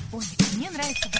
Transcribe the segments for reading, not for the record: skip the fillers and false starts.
Мне нравится.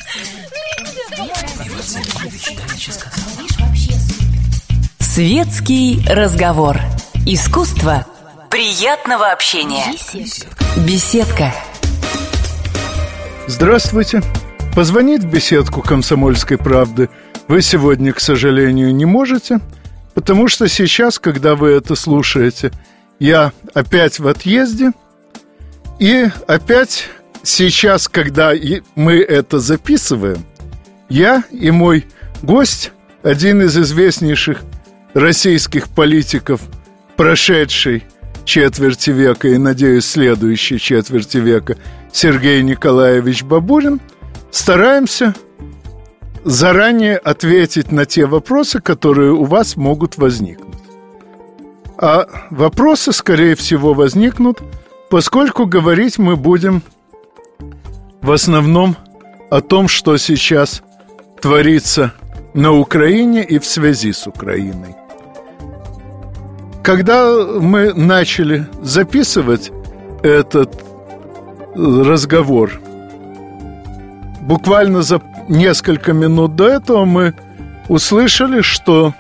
Светский разговор. Искусство приятного общения. Беседка. Здравствуйте. Позвонить в беседку «Комсомольской правды» вы сегодня, к сожалению, не можете, потому что сейчас, когда вы это слушаете, я опять в отъезде. И опять сейчас, когда мы это записываем, я и мой гость, один из известнейших российских политиков прошедшей четверти века и, надеюсь, следующей четверти века, Сергей Николаевич Бабурин, стараемся заранее ответить на те вопросы, которые у вас могут возникнуть. А вопросы, скорее всего, возникнут, поскольку говорить мы будем в основном о том, что сейчас творится на Украине и в связи с Украиной. Когда мы начали записывать этот разговор, буквально за несколько минут до этого мы услышали, что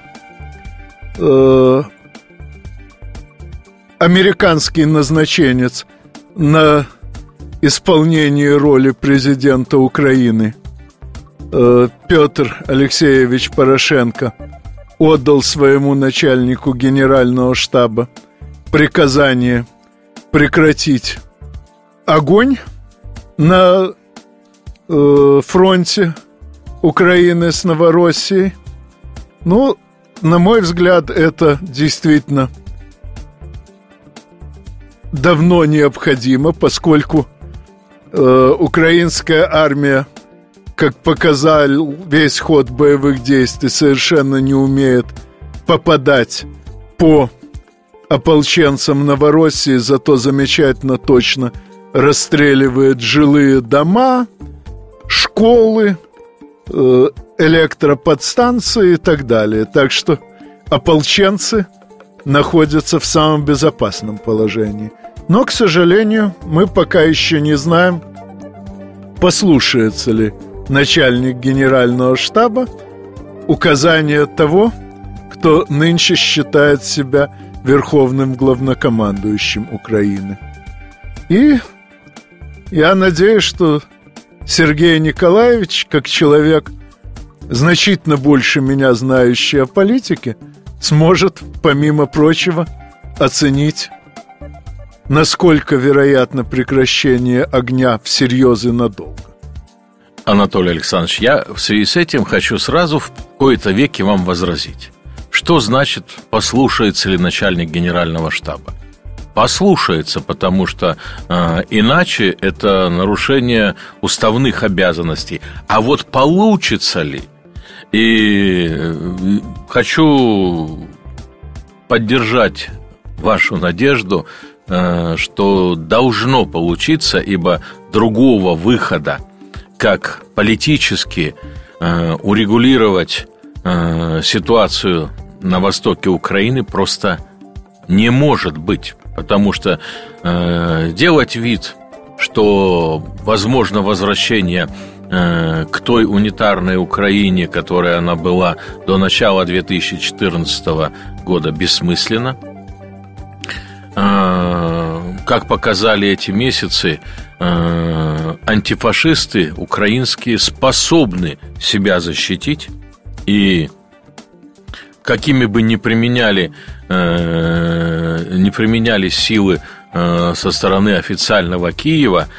американский назначенец на исполнение роли президента Украины Петр Алексеевич Порошенко отдал своему начальнику генерального штаба приказание прекратить огонь на фронте Украины с Новороссией. Ну, на мой взгляд, это действительно давно необходимо, поскольку украинская армия, как показал весь ход боевых действий, совершенно не умеет попадать по ополченцам Новороссии, зато замечательно точно расстреливает жилые дома, школы, электроподстанции и так далее. Так что ополченцы находятся в самом безопасном положении. Но, к сожалению, мы пока еще не знаем, послушается ли начальник генерального штаба указания того, кто нынче считает себя верховным главнокомандующим Украины. И я надеюсь, что Сергей Николаевич, как человек, значительно больше меня знающий о политике, сможет, помимо прочего, оценить, насколько вероятно прекращение огня всерьез и надолго. Анатолий Александрович, я в связи с этим хочу сразу в кои-то веки вам возразить. Что значит послушается ли начальник генерального штаба? Послушается, потому что иначе это нарушение уставных обязанностей. А вот получится ли? И хочу поддержать вашу надежду, что должно получиться, ибо другого выхода, как политически урегулировать ситуацию на востоке Украины, просто не может быть. Потому что делать вид, что возможно возвращение к той унитарной Украине, которая она была до начала 2014 года, бессмысленно. Как показали эти месяцы, антифашисты украинские способны себя защитить. И какими бы ни применяли силы со стороны официального Киева,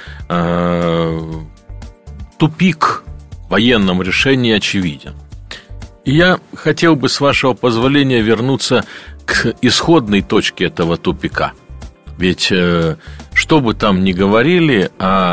тупик в военном решении очевиден. И я хотел бы, с вашего позволения, вернуться к исходной точке этого тупика. Ведь что бы там ни говорили,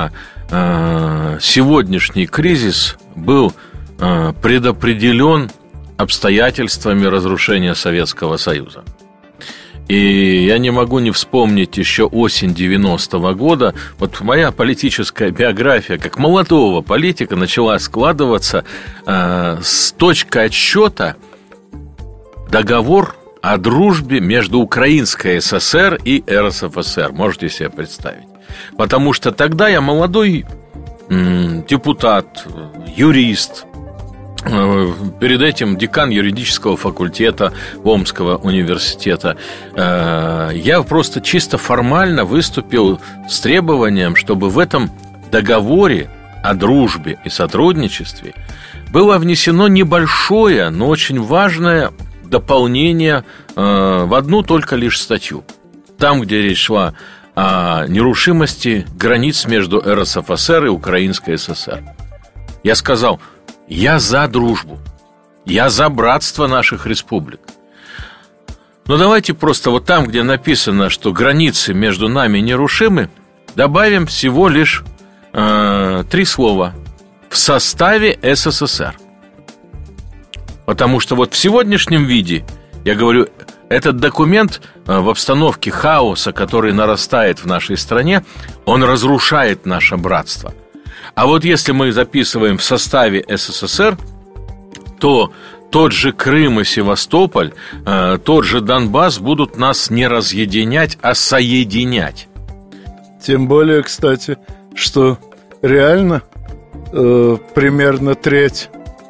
сегодняшний кризис был предопределен обстоятельствами разрушения Советского Союза. И я не могу не вспомнить еще осень 90-го года. Вот моя политическая биография как молодого политика начала складываться с точки отсчета договор о дружбе между Украинской ССР и РСФСР. Можете себе представить. Потому что тогда я молодой депутат, юрист, перед этим декан юридического факультета Омского университета. Я просто чисто формально выступил с требованием, чтобы в этом договоре о дружбе и сотрудничестве было внесено небольшое, но очень важное дополнение в одну только лишь статью. Там, где речь шла о нерушимости границ между РСФСР и Украинской ССР. Я сказал: я за дружбу, я за братство наших республик. Но давайте просто вот там, где написано, что границы между нами нерушимы, добавим всего лишь 3 слова: в составе СССР. Потому что вот в сегодняшнем виде, я говорю, этот документ в обстановке хаоса, который нарастает в нашей стране, он разрушает наше братство. А вот если мы записываем в составе СССР, то тот же Крым и Севастополь, тот же Донбасс будут нас не разъединять, а соединять. Тем более, кстати, что реально примерно треть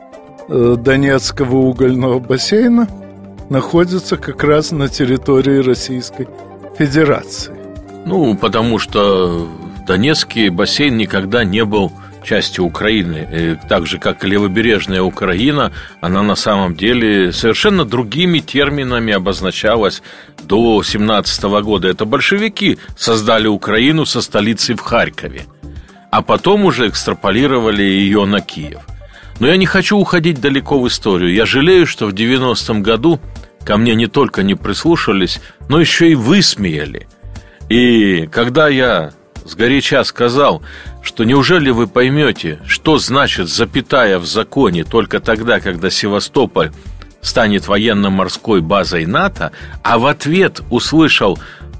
Донецкого угольного бассейна находится как раз на территории Российской Федерации. Ну, потому что Донецкий бассейн никогда не был частью Украины. И так же, как и левобережная Украина, она на самом деле совершенно другими терминами обозначалась до 1917 года. Это большевики создали Украину со столицей в Харькове, а потом уже экстраполировали ее на Киев. Но я не хочу уходить далеко в историю. Я жалею, что в 90-м году ко мне не только не прислушались, но еще и высмеяли. И когда я сгоряча сказал, что неужели вы поймете, что значит запятая в законе только тогда, когда Севастополь станет военно-морской базой НАТО, а в ответ услышал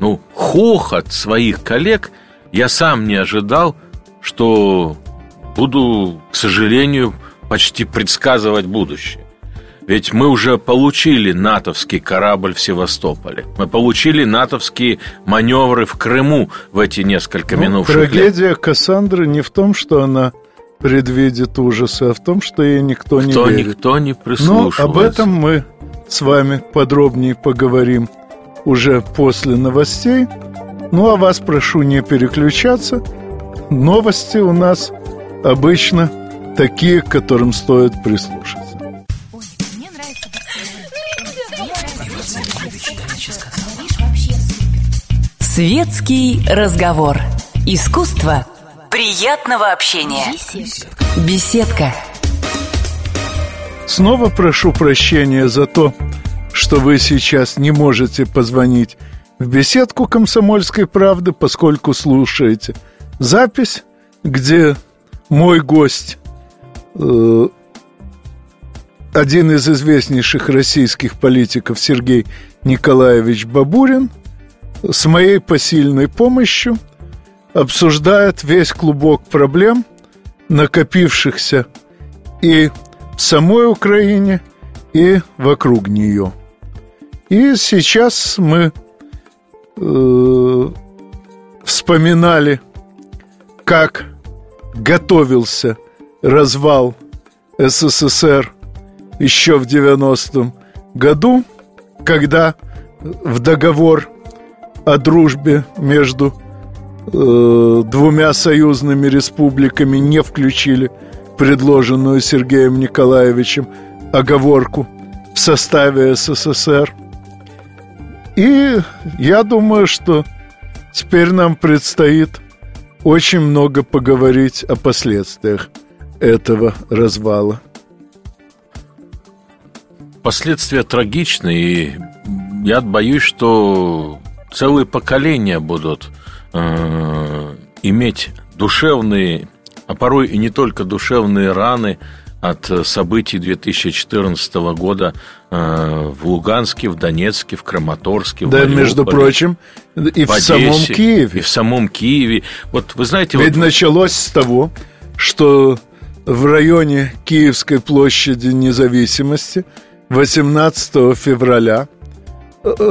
хохот своих коллег, я сам не ожидал, что буду, к сожалению, почти предсказывать будущее. Ведь мы уже получили натовский корабль в Севастополе. Мы получили натовские маневры в Крыму в эти несколько минувших лет. Трагедия Кассандры не в том, что она предвидит ужасы, а в том, что ей никто не верит. Никто не прислушивается. Но об этом мы с вами подробнее поговорим уже после новостей. Ну, а вас прошу не переключаться. Новости у нас обычно такие, к которым стоит прислушаться. Светский разговор. Искусство приятного общения. Беседка. Снова прошу прощения за то, что вы сейчас не можете позвонить в беседку «Комсомольской правды», поскольку слушаете запись, где мой гость, один из известнейших российских политиков Сергей Николаевич Бабурин, с моей посильной помощью обсуждает весь клубок проблем, накопившихся и в самой Украине, и вокруг нее. И сейчас мы вспоминали, как готовился развал СССР еще в 90-м году, когда в договор о дружбе между двумя союзными республиками не включили предложенную Сергеем Николаевичем оговорку в составе СССР. И я думаю, что теперь нам предстоит очень много поговорить о последствиях этого развала. Последствия трагичны, и я боюсь, что целые поколения будут иметь душевные, а порой и не только душевные раны от событий 2014 года в Луганске, в Донецке, в Краматорске, в Мариуполе. Да, между прочим, и в самом Киеве. И в самом Киеве. Вот вы знаете... Ведь началось с того, что в районе Киевской площади Независимости 18 февраля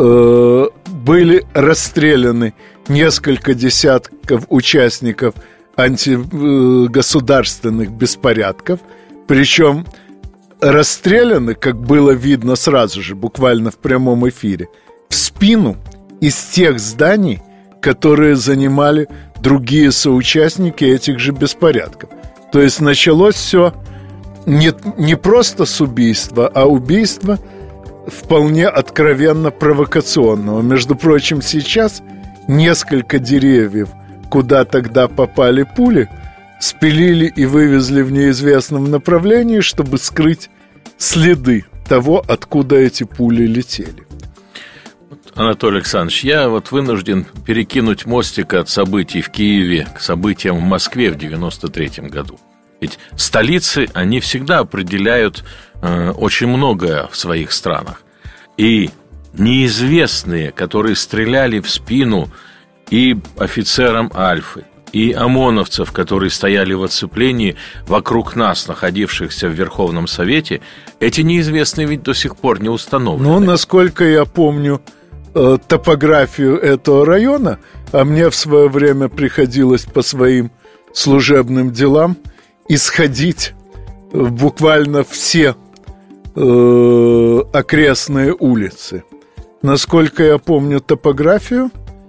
были расстреляны несколько десятков участников антигосударственных беспорядков, причем расстреляны, как было видно сразу же, буквально в прямом эфире, в спину из тех зданий, которые занимали другие соучастники этих же беспорядков. То есть началось все не просто с убийства, а убийства вполне откровенно провокационного. Между прочим, сейчас несколько деревьев, куда тогда попали пули, спилили и вывезли в неизвестном направлении, чтобы скрыть следы того, откуда эти пули летели. Анатолий Александрович, я вынужден перекинуть мостик от событий в Киеве к событиям в Москве в 1993 году. Ведь столицы, они всегда определяют очень многое в своих странах. И неизвестные, которые стреляли в спину и офицерам Альфы, и ОМОНовцев, которые стояли в оцеплении вокруг нас, находившихся в Верховном Совете, эти неизвестные ведь до сих пор не установлены. Насколько я помню топографию этого района, а мне в свое время приходилось по своим служебным делам исходить буквально все окрестные улицы. Насколько я помню топографию,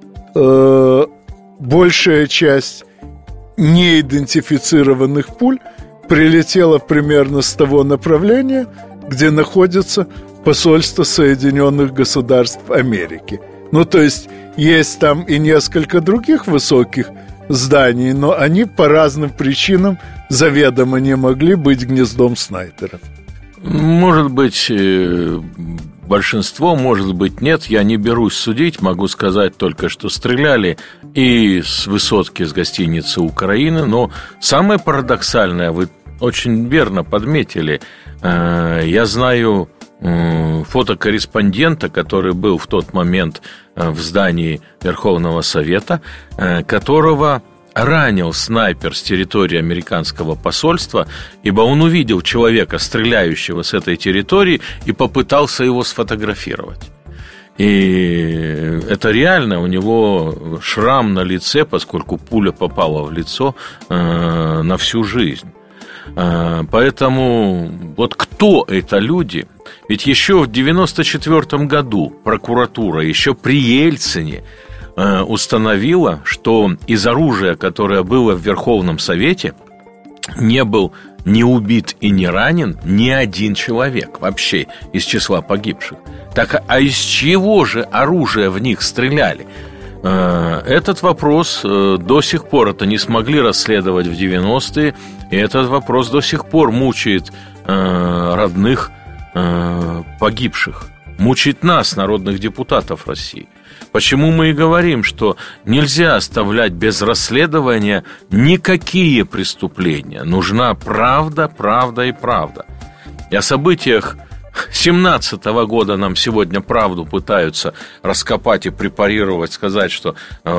большая часть неидентифицированных пуль прилетела примерно с того направления, где находится посольство Соединенных Государств Америки. То есть там и несколько других высоких зданий, но они по разным причинам заведомо не могли быть гнездом снайперов. Может быть, большинство, может быть, нет. Я не берусь судить, могу сказать только, что стреляли и с высотки с гостиницы Украины. Но самое парадоксальное, вы очень верно подметили, я знаю фотокорреспондента, который был в тот момент в здании Верховного Совета, которого ранил снайпер с территории американского посольства, ибо он увидел человека, стреляющего с этой территории, и попытался его сфотографировать. И это реально, у него шрам на лице, поскольку пуля попала в лицо на всю жизнь. Поэтому кто это люди? Ведь еще в 1994 году прокуратура, еще при Ельцине, установила, что из оружия, которое было в Верховном Совете, не был не убит и не ранен ни один человек вообще из числа погибших. Так, а из чего же оружие в них стреляли? Этот вопрос до сих пор это не смогли расследовать в 90-е, и этот вопрос до сих пор мучает родных погибших, мучает нас, народных депутатов России. Почему мы и говорим, что нельзя оставлять без расследования никакие преступления. Нужна правда, правда и правда. И о событиях 2017 года нам сегодня правду пытаются раскопать и препарировать, сказать, что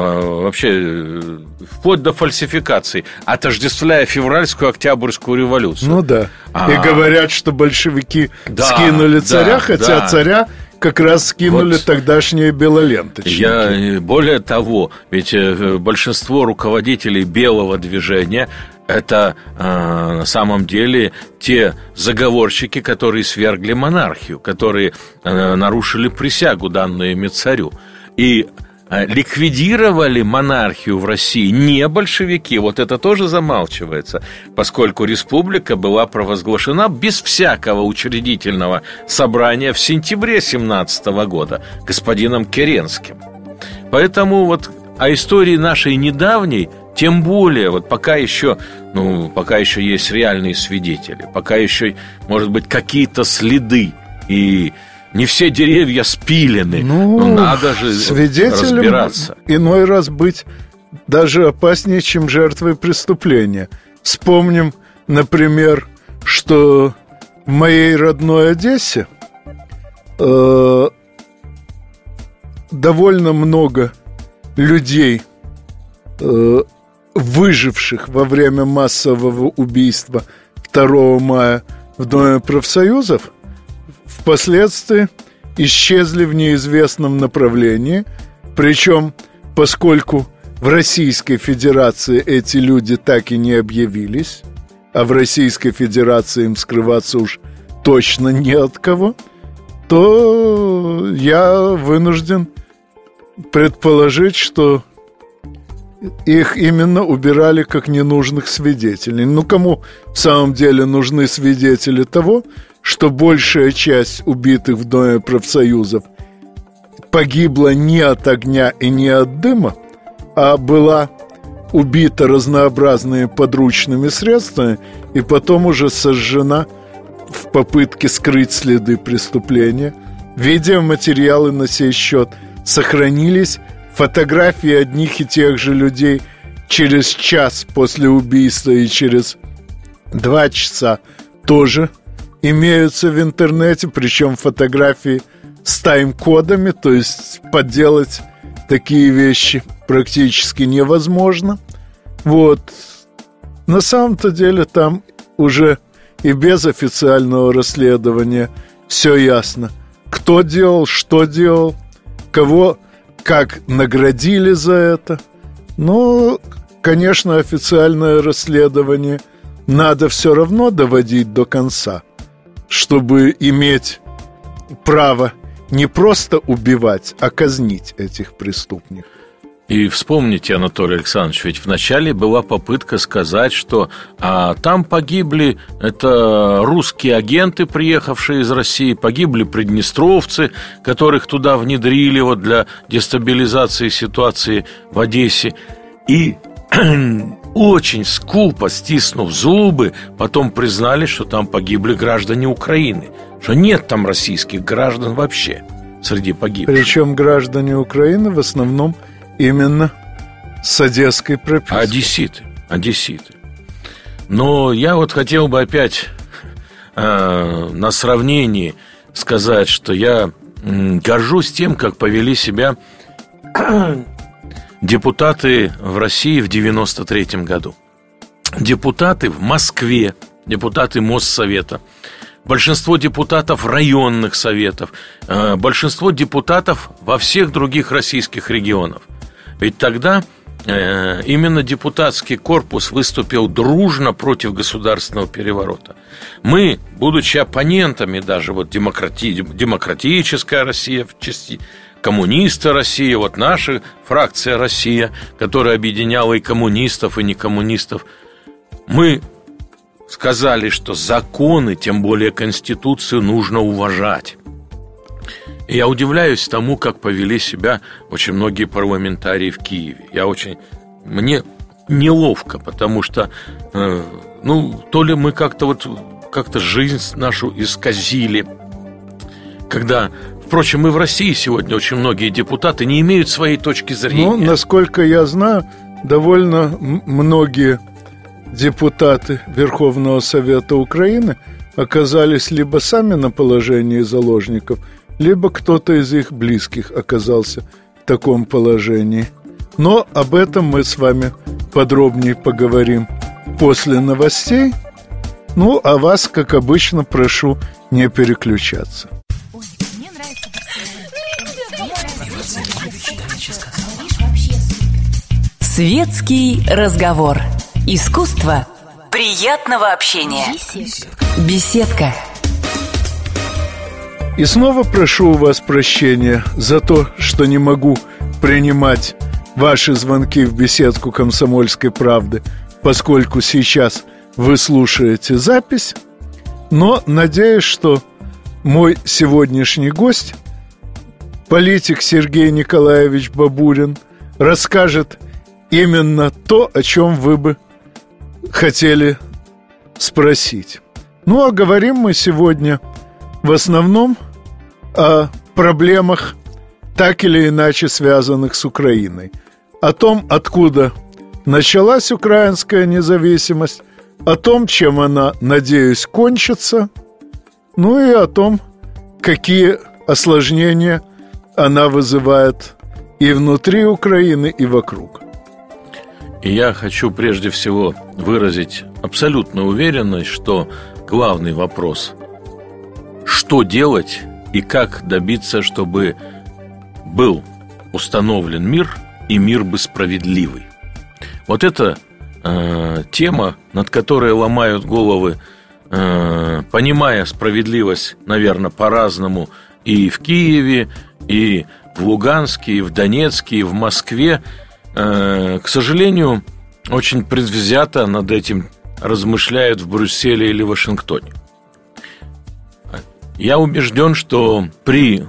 вообще вплоть до фальсификаций, отождествляя февральскую Октябрьскую революцию. И говорят, что большевики скинули царя, хотя царя как раз скинули тогдашние белоленточники. Более того, ведь большинство руководителей белого движения — это на самом деле те заговорщики, которые свергли монархию, которые нарушили присягу, данную ими царю. И ликвидировали монархию в России не большевики, это тоже замалчивается, поскольку республика была провозглашена без всякого учредительного собрания в сентябре 1917 года господином Керенским. Поэтому о истории нашей недавней, тем более, пока еще есть реальные свидетели, пока еще, может быть, какие-то следы, и не все деревья спилены, но надо же разбираться. Иной раз быть даже опаснее, чем жертвой преступления. Вспомним, например, что в моей родной Одессе довольно много людей, выживших во время массового убийства 2 мая в Доме профсоюзов, впоследствии исчезли в неизвестном направлении. Причем, поскольку в Российской Федерации эти люди так и не объявились, а в Российской Федерации им скрываться уж точно не от кого, то я вынужден предположить, что их именно убирали как ненужных свидетелей. Ну, кому в самом деле нужны свидетели того, что большая часть убитых в Доме профсоюзов погибла не от огня и не от дыма, а была убита разнообразными подручными средствами и потом уже сожжена в попытке скрыть следы преступления. Видеоматериалы на сей счет сохранились. Фотографии одних и тех же людей через час после убийства и через 2 часа тоже имеются в интернете, причем фотографии с тайм-кодами, то есть подделать такие вещи практически невозможно. Вот. На самом-то деле там уже и без официального расследования все ясно. Кто делал, что делал, кого как наградили за это. Но, конечно, официальное расследование надо все равно доводить до конца, чтобы иметь право не просто убивать, а казнить этих преступников. И вспомните, Анатолий Александрович, ведь вначале была попытка сказать, что там погибли это русские агенты, приехавшие из России, погибли приднестровцы, которых туда внедрили вот для дестабилизации ситуации в Одессе. И очень скупо, стиснув зубы, потом признали, что там погибли граждане Украины, что нет там российских граждан вообще среди погибших. Причем граждане Украины в основном именно с одесской пропиской. Одесситы. Но я вот хотел бы опять на сравнении сказать, что я горжусь тем, как повели себя депутаты в России в 93-м году. Депутаты в Москве, депутаты Моссовета, большинство депутатов районных советов, большинство депутатов во всех других российских регионах. Ведь тогда именно депутатский корпус выступил дружно против государственного переворота. Мы, будучи оппонентами даже вот демократическая Россия в части, коммунисты России, вот наша фракция Россия, которая объединяла и коммунистов, и некоммунистов, мы сказали, что законы, тем более Конституцию, нужно уважать. И я удивляюсь тому, как повели себя очень многие парламентарии в Киеве. Мне неловко, потому что, то ли мы как-то жизнь нашу исказили, когда, впрочем, и в России сегодня очень многие депутаты не имеют своей точки зрения. Насколько я знаю, довольно многие депутаты Верховного Совета Украины оказались либо сами на положении заложников, либо кто-то из их близких оказался в таком положении. Но об этом мы с вами подробнее поговорим после новостей. А вас, как обычно, прошу не переключаться. Светский разговор. Искусство приятного общения. Беседка. И снова прошу у вас прощения за то, что не могу принимать ваши звонки в беседку «Комсомольской правды», поскольку сейчас вы слушаете запись. Но надеюсь, что мой сегодняшний гость, политик Сергей Николаевич Бабурин, расскажет именно то, о чем вы бы хотели спросить. А говорим мы сегодня в основном о проблемах, так или иначе связанных с Украиной. О том, откуда началась украинская независимость, о том, чем она, надеюсь, кончится, и о том, какие осложнения она вызывает и внутри Украины, и вокруг. И я хочу прежде всего выразить абсолютную уверенность, что главный вопрос – что делать и как добиться, чтобы был установлен мир и мир бы справедливый. Вот это тема, над которой ломают головы, понимая справедливость, наверное, по-разному и в Киеве, и в Луганске, и в Донецке, и в Москве. К сожалению, очень предвзято над этим размышляют в Брюсселе или Вашингтоне. Я убежден, что при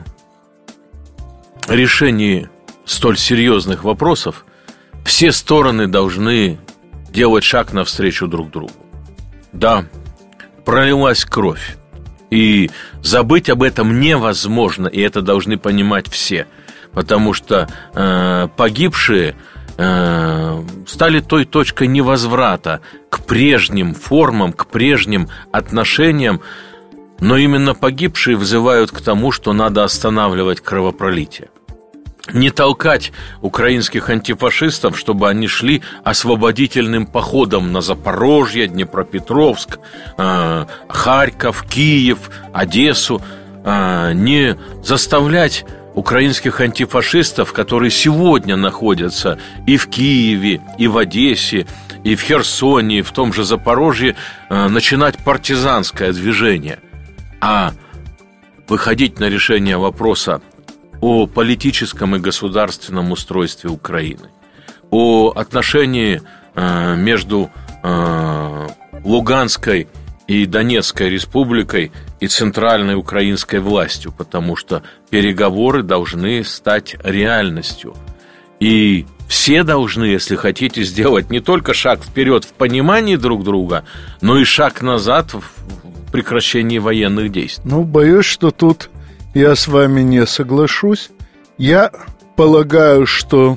решении столь серьезных вопросов все стороны должны делать шаг навстречу друг другу. Да, пролилась кровь, и забыть об этом невозможно, и это должны понимать все, потому что погибшие стали той точкой невозврата к прежним формам, к прежним отношениям, но именно погибшие взывают к тому, что надо останавливать кровопролитие. Не толкать украинских антифашистов, чтобы они шли освободительным походом на Запорожье, Днепропетровск, Харьков, Киев, Одессу. Не заставлять украинских антифашистов, которые сегодня находятся и в Киеве, и в Одессе, и в Херсоне, и в том же Запорожье, начинать партизанское движение, а выходить на решение вопроса о политическом и государственном устройстве Украины, о отношении между Луганской и Донецкой республикой и центральной украинской властью, потому что переговоры должны стать реальностью. И все должны, если хотите, сделать не только шаг вперед в понимании друг друга, но и шаг назад в прекращении военных действий. Ну, боюсь, что тут я с вами не соглашусь. Я полагаю, что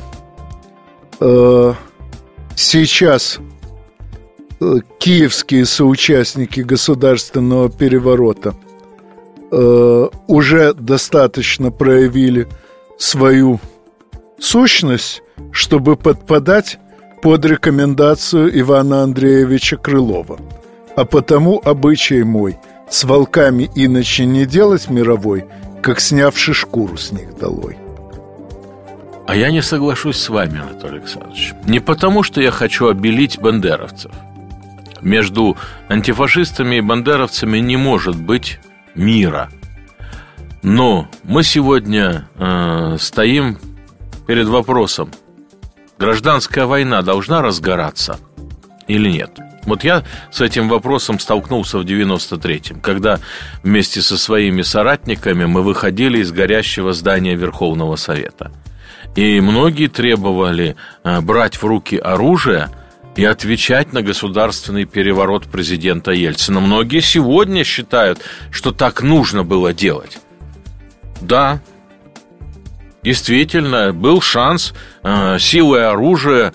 сейчас киевские соучастники государственного переворота уже достаточно проявили свою сущность, чтобы подпадать под рекомендацию Ивана Андреевича Крылова. А потому обычай мой с волками иначе не делать мировой, как снявши шкуру с них долой. А я не соглашусь с вами, Анатолий Александрович. Не потому, что я хочу обелить бандеровцев. Между антифашистами и бандеровцами не может быть мира. Но мы сегодня стоим перед вопросом: гражданская война должна разгораться или нет? Вот я с этим вопросом столкнулся в 93-м, когда вместе со своими соратниками мы выходили из горящего здания Верховного Совета. И многие требовали брать в руки оружие и отвечать на государственный переворот президента Ельцина. Многие сегодня считают, что так нужно было делать. Да, действительно, был шанс силой оружия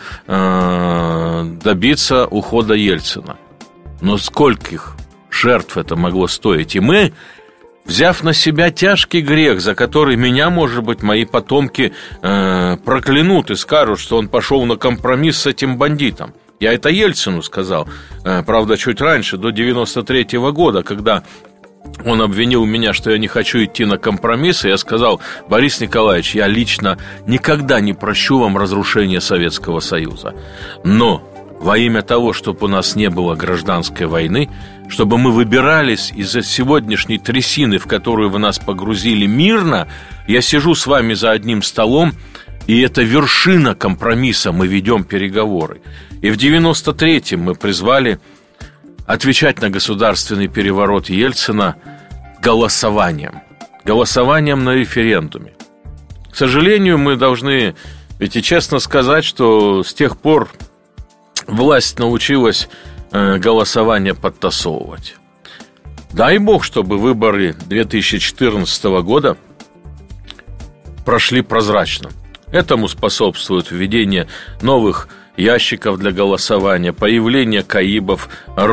добиться ухода Ельцина. Но скольких жертв это могло стоить? И мы, взяв на себя тяжкий грех, за который меня, может быть, мои потомки проклянут и скажут, что он пошел на компромисс с этим бандитом. Я это Ельцину сказал, правда, чуть раньше, до 93-го года, когда он обвинил меня, что я не хочу идти на компромиссы. Я сказал: Борис Николаевич, я лично никогда не прощу вам разрушения Советского Союза. Но во имя того, чтобы у нас не было гражданской войны, чтобы мы выбирались из сегодняшней трясины, в которую вы нас погрузили, мирно, я сижу с вами за одним столом, и это вершина компромисса, мы ведем переговоры. И в 93-м мы призвали отвечать на государственный переворот Ельцина голосованием на референдуме. К сожалению, мы должны ведь и честно сказать, что с тех пор власть научилась голосование подтасовывать. Дай бог, чтобы выборы 2014 года прошли прозрачно. Этому способствует введение новых ящиков для голосования, появление КАИБов,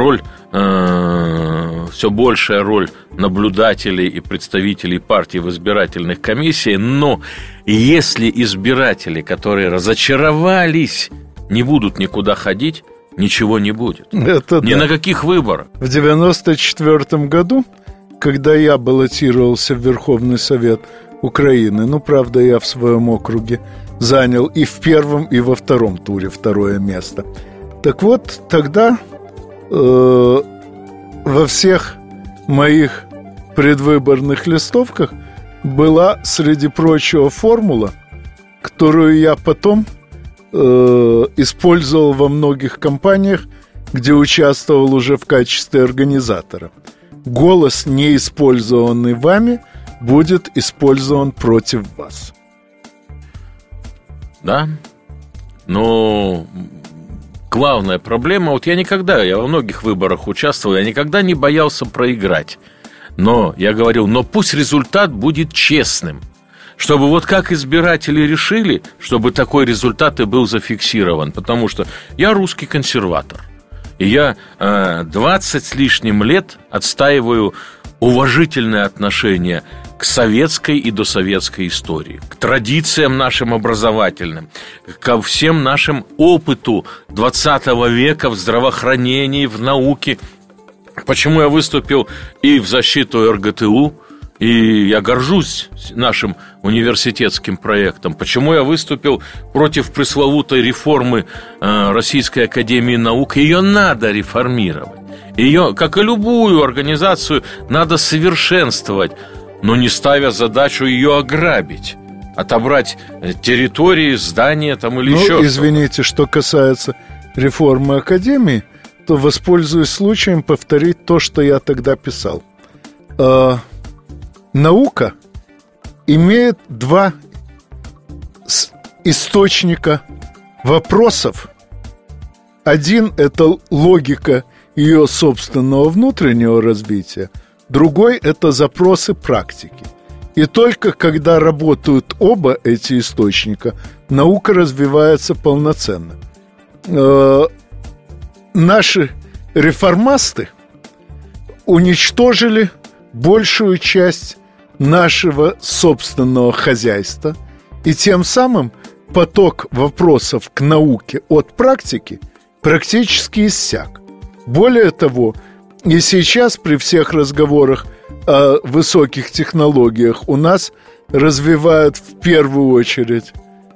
все большая роль наблюдателей и представителей партий в избирательных комиссиях. Но если избиратели, которые разочаровались, не будут никуда ходить, ничего не будет. Это ни на каких выборах. В 1994 году, когда я баллотировался в Верховный Совет Украины, правда, я в своем округе занял и в первом, и во втором туре второе место. Так вот, тогда во всех моих предвыборных листовках была, среди прочего, формула, которую я потом использовал во многих кампаниях, где участвовал уже в качестве организатора. Голос, не использованный вами, будет использован против вас. Да, но главная проблема, вот я во многих выборах участвовал, я никогда не боялся проиграть. Но я говорил, но пусть результат будет честным, чтобы вот как избиратели решили, чтобы такой результат и был зафиксирован. Потому что я русский консерватор, и я 20 с лишним лет отстаиваю уважительное отношение к советской и досоветской истории, к традициям нашим образовательным, ко всем нашим опыту 20 века в здравоохранении, в науке. Почему я выступил и в защиту РГТУ, и я горжусь нашим университетским проектом. Почему я выступил против пресловутой реформы Российской академии наук? Ее надо реформировать. Ее, как и любую организацию, надо совершенствовать, но не ставя задачу ее ограбить, отобрать территории, здания там или еще что-то. Извините, что касается реформы академии, то воспользуюсь случаем повторить то, что я тогда писал. Наука имеет два источника вопросов. Один – это логика ее собственного внутреннего развития, другой – это запросы практики. И только когда работают оба эти источника, наука развивается полноценно. Наши реформасты уничтожили большую часть нашего собственного хозяйства, и тем самым поток вопросов к науке от практики практически иссяк. Более того, и сейчас при всех разговорах о высоких технологиях у нас развивают в первую очередь,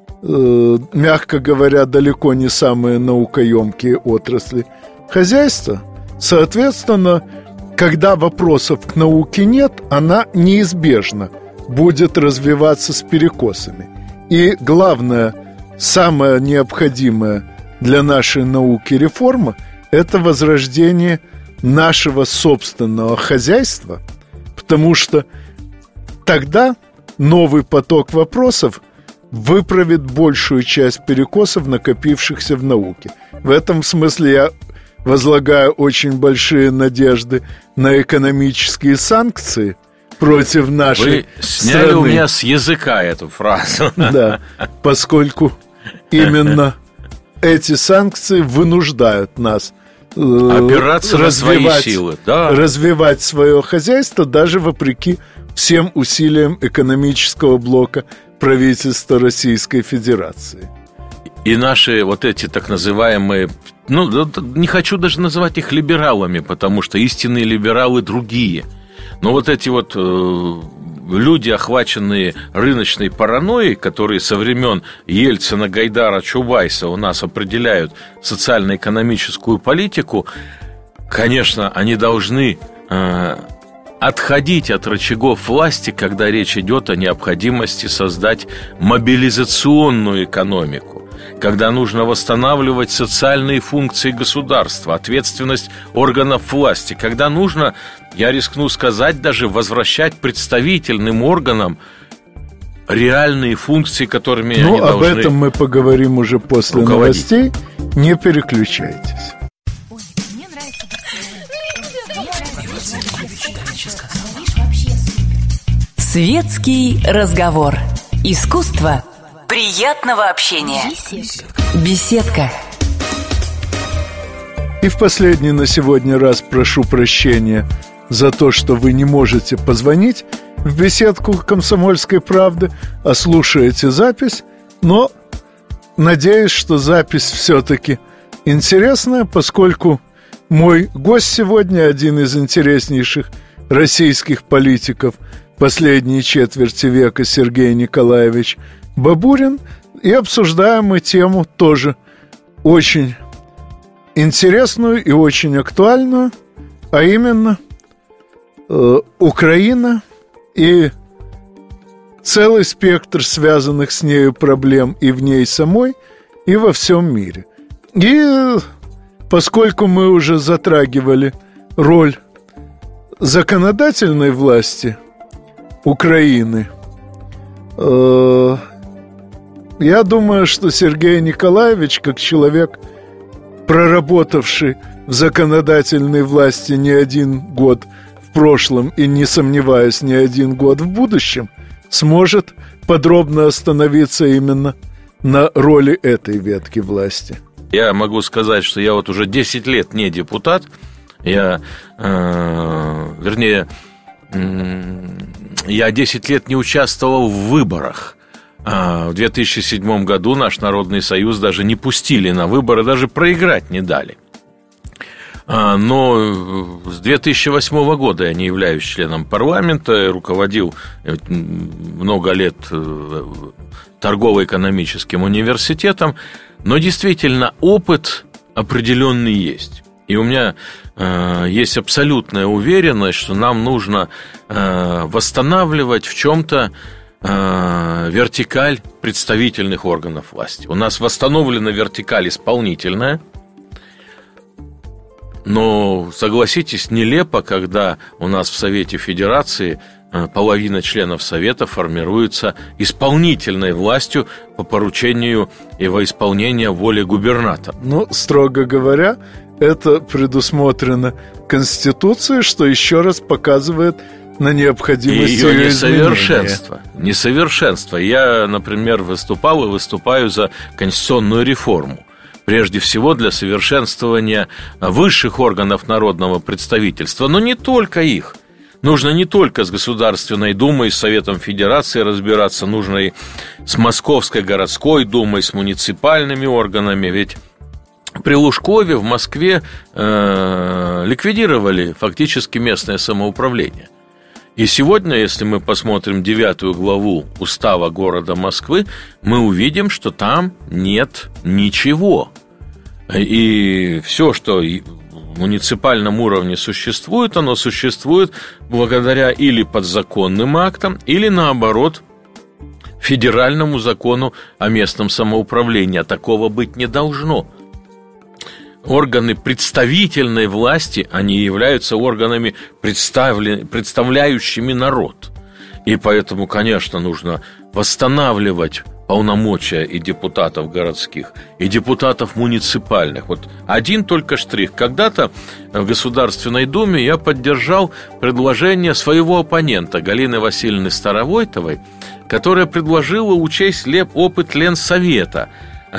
мягко говоря, далеко не самые наукоемкие отрасли хозяйства. Соответственно, когда вопросов к науке нет, она неизбежно будет развиваться с перекосами. И главное, самое необходимое для нашей науки реформа – это возрождение нашего собственного хозяйства, потому что тогда новый поток вопросов выправит большую часть перекосов, накопившихся в науке. В этом смысле я возлагаю очень большие надежды на экономические санкции против нашей страны. Вы сняли у меня с языка эту фразу. Да, поскольку именно эти санкции вынуждают нас опираться на свои силы, да. Развивать свое хозяйство даже вопреки всем усилиям экономического блока правительства Российской Федерации. И наши вот эти так называемые, не хочу даже называть их либералами, потому что истинные либералы другие. Но вот эти вот люди, охваченные рыночной паранойей, которые со времен Ельцина, Гайдара, Чубайса у нас определяют социально-экономическую политику, конечно, они должны отходить от рычагов власти, когда речь идет о необходимости создать мобилизационную экономику, когда нужно восстанавливать социальные функции государства, ответственность органов власти, когда нужно, я рискну сказать, даже возвращать представительным органам реальные функции, которыми они должны руководить. Об этом мы поговорим уже после новостей. Не переключайтесь. Светский разговор. Искусство приятного общения. Беседка. И в последний на сегодня раз прошу прощения за то, что вы не можете позвонить в беседку «Комсомольской правды», а слушаете запись, но надеюсь, что запись все-таки интересная, поскольку мой гость сегодня один из интереснейших российских политиков последней четверти века Сергей Николаевич Бабурин И обсуждаем мы тему тоже очень интересную и очень актуальную, а именно Украина и целый спектр связанных с нею проблем и в ней самой, и во всем мире. И поскольку мы уже затрагивали роль законодательной власти Украины, я думаю, что Сергей Николаевич, как человек, проработавший в законодательной власти не один год в прошлом и, не сомневаюсь, не один год в будущем, сможет подробно остановиться именно на роли этой ветки власти. Я могу сказать, что я вот уже 10 лет не депутат. Я 10 лет не участвовал в выборах. В 2007 году наш Народный Союз даже не пустили на выборы, даже проиграть не дали. Но с 2008 года я не являюсь членом парламента, руководил много лет торгово-экономическим университетом, но действительно опыт определенный есть. И у меня есть абсолютная уверенность, что нам нужно восстанавливать в чем-то вертикаль представительных органов власти. У нас восстановлена вертикаль исполнительная, но, согласитесь, нелепо, когда у нас в Совете Федерации половина членов Совета формируется исполнительной властью по поручению и во исполнение воли губернатора. Ну, строго говоря, это предусмотрено Конституцией, что еще раз показывает на необходимость ее несовершенства. Несовершенство. Я, например, выступал и выступаю за конституционную реформу. Прежде всего для совершенствования высших органов народного представительства, но не только их. Нужно не только с Государственной Думой, с Советом Федерации разбираться, нужно и с Московской городской думой, с муниципальными органами. Ведь при Лужкове в Москве ликвидировали фактически местное самоуправление. И сегодня, если мы посмотрим 9 главу Устава города Москвы, мы увидим, что там нет ничего. И все, что в муниципальном уровне существует, оно существует благодаря или подзаконным актам, или, наоборот, федеральному закону о местном самоуправлении. А такого быть не должно. Органы представительной власти, они являются органами, представляющими народ. И поэтому, конечно, нужно восстанавливать полномочия и депутатов городских, и депутатов муниципальных. Вот один только штрих. Когда-то в Государственной Думе я поддержал предложение своего оппонента Галины Васильевны Старовойтовой, которая предложила учесть опыт Ленсовета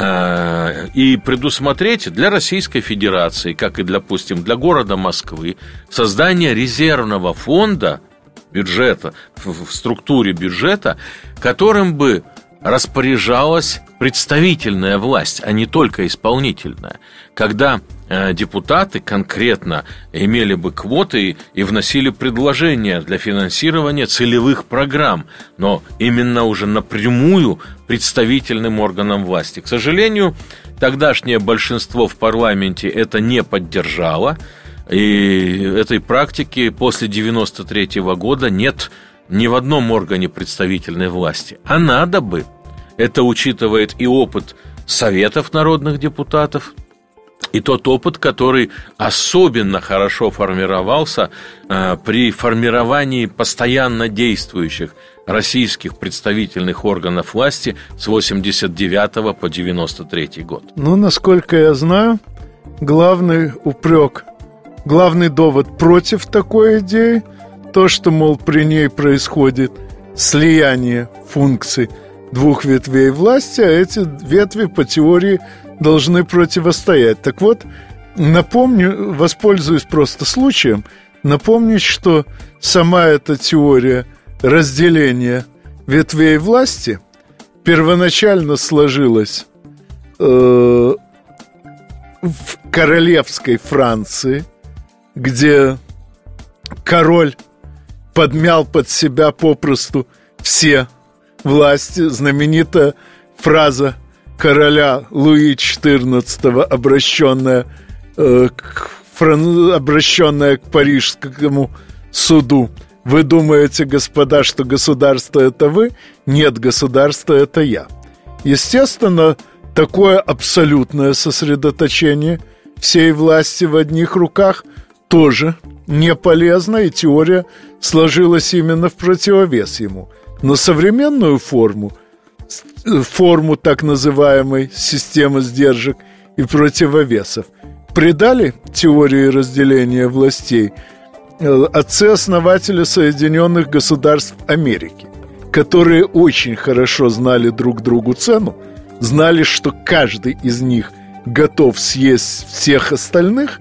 и предусмотреть для Российской Федерации, как и, допустим, для города Москвы, создание резервного фонда бюджета, в структуре бюджета, которым бы распоряжалась представительная власть, а не только исполнительная, когда депутаты конкретно имели бы квоты и вносили предложения для финансирования целевых программ, но именно уже напрямую представительным органам власти. К сожалению, тогдашнее большинство в парламенте это не поддержало, и этой практики после 1993 года нет ни в одном органе представительной власти. А надо бы. Это учитывает и опыт советов народных депутатов, и тот опыт, который особенно хорошо формировался при формировании постоянно действующих российских представительных органов власти с 89 по 93 год. Ну, насколько я знаю, главный довод против такой идеи, то, что, мол, при ней происходит слияние функций двух ветвей власти, а эти ветви по теории должны противостоять. Так вот, напомню, воспользуюсь просто случаем, напомнить, что сама эта теория разделения ветвей власти первоначально сложилась в королевской Франции, где король подмял под себя попросту все власти. Знаменитая фраза короля Луи XIV, обращенная к Парижскому суду: «Вы думаете, господа, что государство – это вы? Нет, государство – это я». Естественно, такое абсолютное сосредоточение всей власти в одних руках тоже не полезно, и теория сложилась именно в противовес ему. Но современную форму так называемой системы сдержек и противовесов придали теории разделения властей отцы-основатели Соединенных Государств Америки, которые очень хорошо знали друг другу цену, знали, что каждый из них готов съесть всех остальных,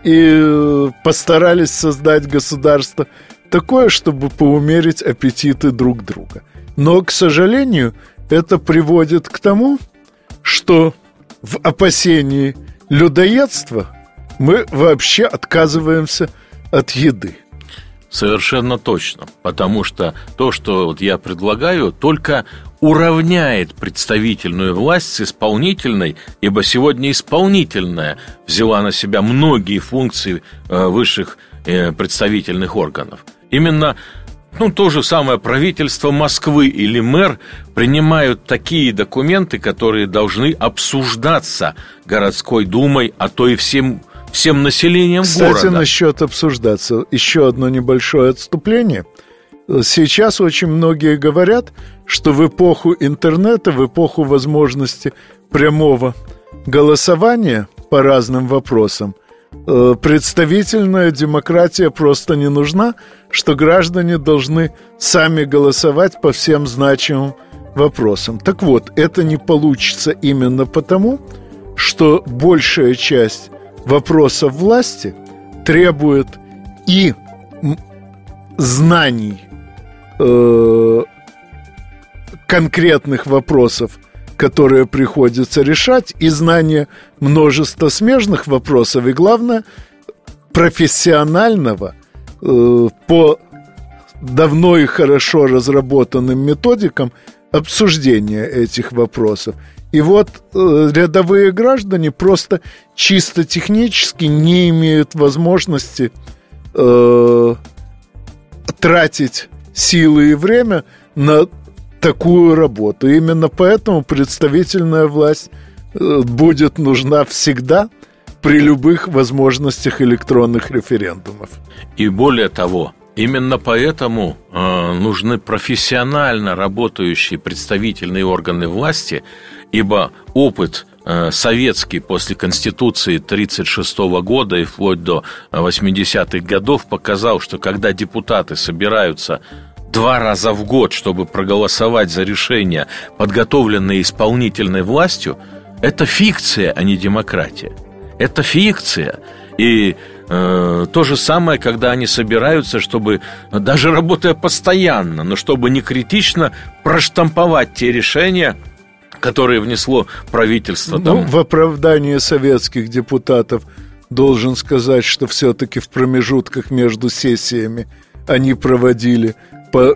и постарались создать государство такое, чтобы поумерить аппетиты друг друга. Но, к сожалению, это приводит к тому, что в опасении людоедства мы вообще отказываемся от еды. Совершенно точно, потому что то, что вот я предлагаю, только уравняет представительную власть с исполнительной, ибо сегодня исполнительная взяла на себя многие функции высших представительных органов. Именно то же самое правительство Москвы или мэр принимают такие документы, которые должны обсуждаться городской думой, а то и всем населением города. Кстати, насчет обсуждаться, еще одно небольшое отступление. Сейчас очень многие говорят, что в эпоху интернета, в эпоху возможности прямого голосования по разным вопросам, представительная демократия просто не нужна, что граждане должны сами голосовать по всем значимым вопросам. Так вот, это не получится именно потому, что большая часть вопросов власти требует и знаний конкретных вопросов, которые приходится решать, и знания множества смежных вопросов, и, главное, профессионального по давно и хорошо разработанным методикам обсуждения этих вопросов. И вот рядовые граждане просто чисто технически не имеют возможности тратить силы и время на такую работу. Именно поэтому представительная власть будет нужна всегда при любых возможностях электронных референдумов. И более того, именно поэтому нужны профессионально работающие представительные органы власти, ибо опыт советский после Конституции 1936 года и вплоть до 80-х годов показал, что когда депутаты собираются 2 раза в год, чтобы проголосовать за решения, подготовленные исполнительной властью, это фикция, а не демократия. Это фикция. И то же самое, когда они собираются, чтобы, даже работая постоянно, но чтобы не критично проштамповать те решения, которые внесло правительство. В оправдании советских депутатов должен сказать, что все-таки в промежутках между сессиями они проводили по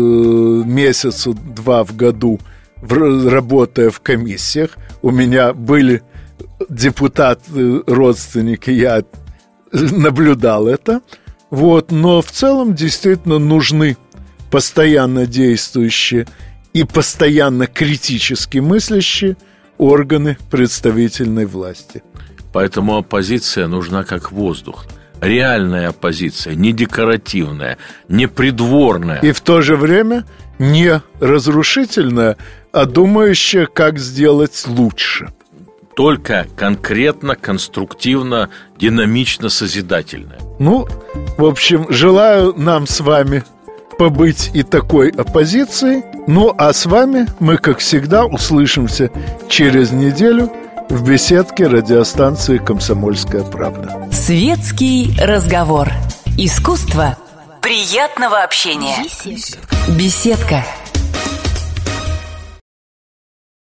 месяцу-два в году, работая в комиссиях. У меня были депутаты, родственники, я наблюдал это. Но в целом действительно нужны постоянно действующие и постоянно критически мыслящие органы представительной власти. Поэтому оппозиция нужна как воздух. Реальная оппозиция, не декоративная, не придворная. И в то же время не разрушительная, а думающая, как сделать лучше. Только конкретно, конструктивно, динамично, созидательная. В общем, желаю нам с вами побыть и такой оппозицией. А с вами мы, как всегда, услышимся через неделю в беседке радиостанции «Комсомольская правда». Светский разговор. Искусство приятного общения. Беседка.